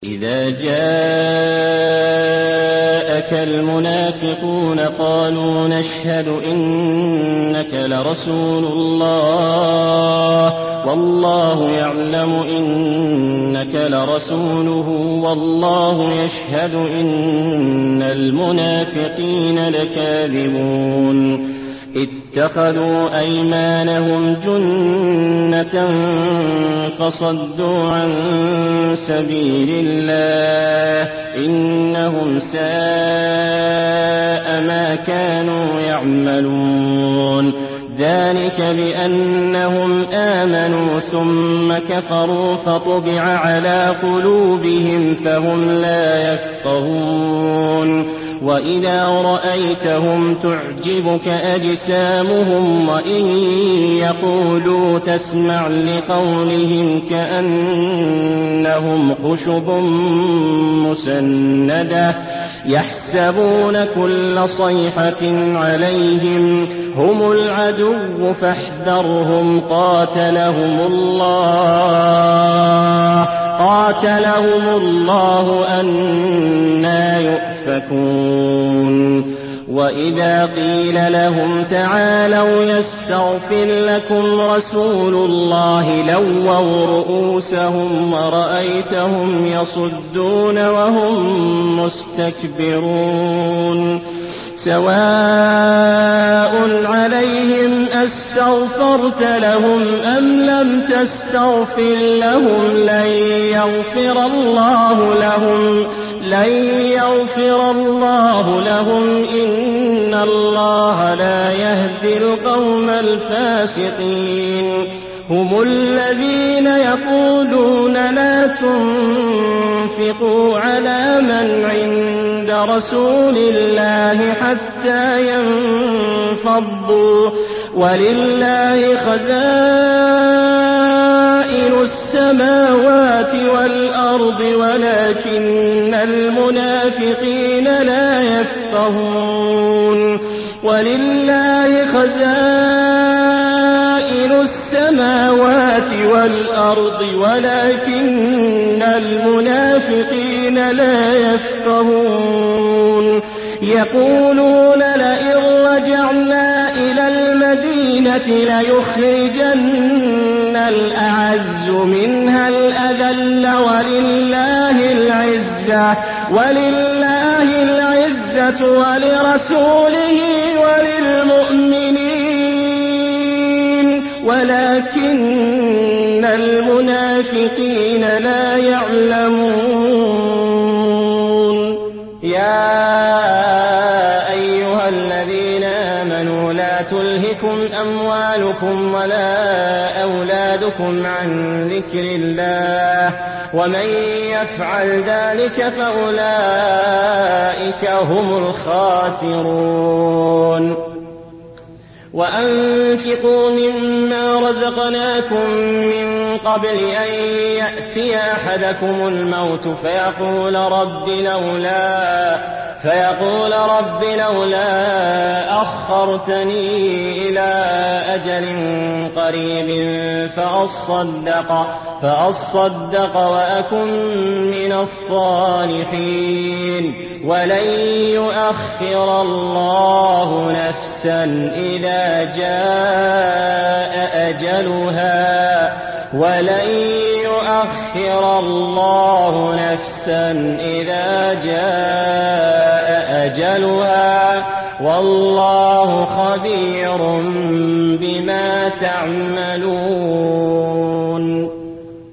إذا جاءك المنافقون قالوا نشهد إنك لرسول الله والله يعلم إنك لرسوله والله يشهد إن المنافقين لكاذبون اتخذوا أيمانهم جنة فصدوا عن سبيل الله إنهم ساء ما كانوا يعملون ذلك بأنهم آمنوا ثم كفروا فطبع على قلوبهم فهم لا يفقهون وإذا رأيتهم تعجبك أجسامهم وإن يقولوا تسمع لقولهم كأنهم خشب مسندة يحسبون كل صيحة عليهم هم العدو فاحذرهم قاتلهم الله أنى يؤفكون وإذا قيل لهم تعالوا يستغفر لكم رسول الله لووا رؤوسهم ورأيتهم يصدون وهم مستكبرون سواء عليهم أستغفرت لهم أم لم تستغفر لهم لن يغفر الله لهم إن الله لا يهدي القوم الفاسقين هم الذين يقولون لا تنفقوا على من عند رسول الله حتى ينفضوا ولله خزائن السماوات والأرض ولكن المنافقين لا يفقهون ولله خزائن السماوات والأرض ولكن المنافقين لا يفقهون يقولون لئن رجعنا إلى المدينة ليخرجن الأعز منها الأذل ولله العزة ولرسوله وللمؤمنين ولكن المنافقين لا يعلمون يا أيها الذين آمنوا لا تلهكم أموالكم ولا أولادكم عن ذكر الله ومن يفعل ذلك فأولئك هم الخاسرون وأنفقوا مما رزقناكم من قبل أن يأتي أحدكم الموت فيقول رب لولا أخرتني إلى أجل قريب فأصدق وأكن من الصالحين ولن يؤخر الله نفسا إذا جاء أجلها والله خبير بما تعملون